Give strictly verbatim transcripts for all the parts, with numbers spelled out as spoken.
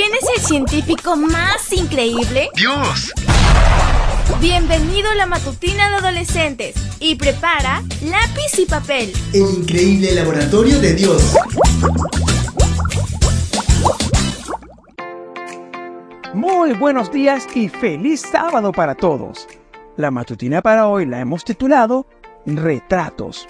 ¿Quién es el científico más increíble? ¡Dios! Bienvenido a la matutina de adolescentes y prepara lápiz y papel. El increíble laboratorio de Dios. Muy buenos días y feliz sábado para todos. La matutina para hoy la hemos titulado Retratos.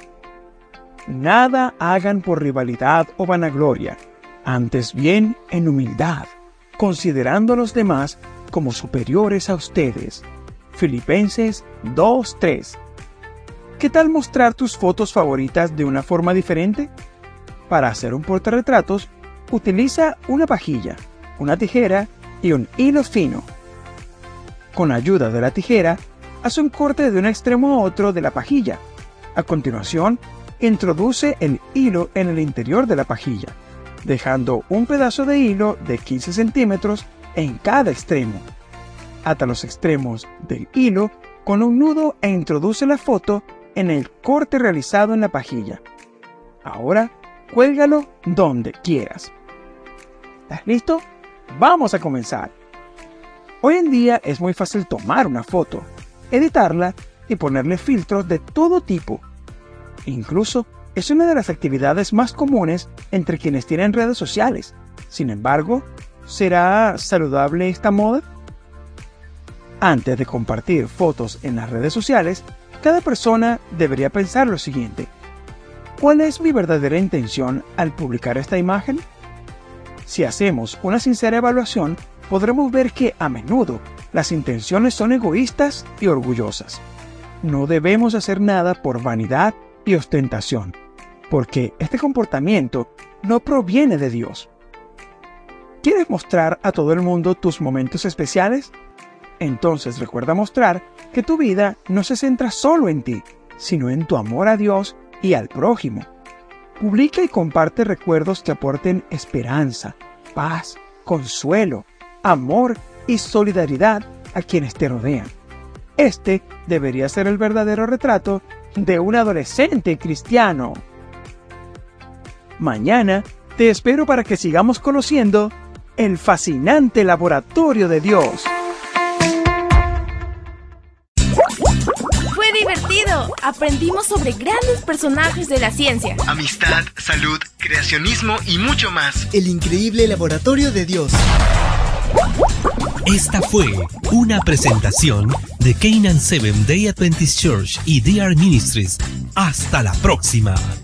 Nada hagan por rivalidad o vanagloria, antes bien en humildad, considerando a los demás como superiores a ustedes. Filipenses dos tres. ¿Qué tal mostrar tus fotos favoritas de una forma diferente? Para hacer un portarretratos, utiliza una pajilla, una tijera y un hilo fino. Con ayuda de la tijera, haz un corte de un extremo a otro de la pajilla. A continuación, introduce el hilo en el interior de la pajilla, dejando un pedazo de hilo de quince centímetros en cada extremo. Ata los extremos del hilo con un nudo e introduce la foto en el corte realizado en la pajilla. Ahora, cuélgalo donde quieras. ¿Estás listo? ¡Vamos a comenzar! Hoy en día es muy fácil tomar una foto, editarla y ponerle filtros de todo tipo. Incluso es una de las actividades más comunes entre quienes tienen redes sociales. Sin embargo, ¿será saludable esta moda? Antes de compartir fotos en las redes sociales, cada persona debería pensar lo siguiente: ¿cuál es mi verdadera intención al publicar esta imagen? Si hacemos una sincera evaluación, podremos ver que a menudo las intenciones son egoístas y orgullosas. No debemos hacer nada por vanidad y ostentación, porque este comportamiento no proviene de Dios. ¿Quieres mostrar a todo el mundo tus momentos especiales? Entonces recuerda mostrar que tu vida no se centra solo en ti, sino en tu amor a Dios y al prójimo. Publica y comparte recuerdos que aporten esperanza, paz, consuelo, amor y solidaridad a quienes te rodean. Este debería ser el verdadero retrato de un adolescente cristiano. Mañana te espero para que sigamos conociendo el fascinante laboratorio de Dios. ¡Fue divertido! Aprendimos sobre grandes personajes de la ciencia. Amistad, salud, creacionismo y mucho más. El increíble laboratorio de Dios. Esta fue una presentación de Canaan Seventh Day Adventist Church y D R Ministries. Hasta la próxima.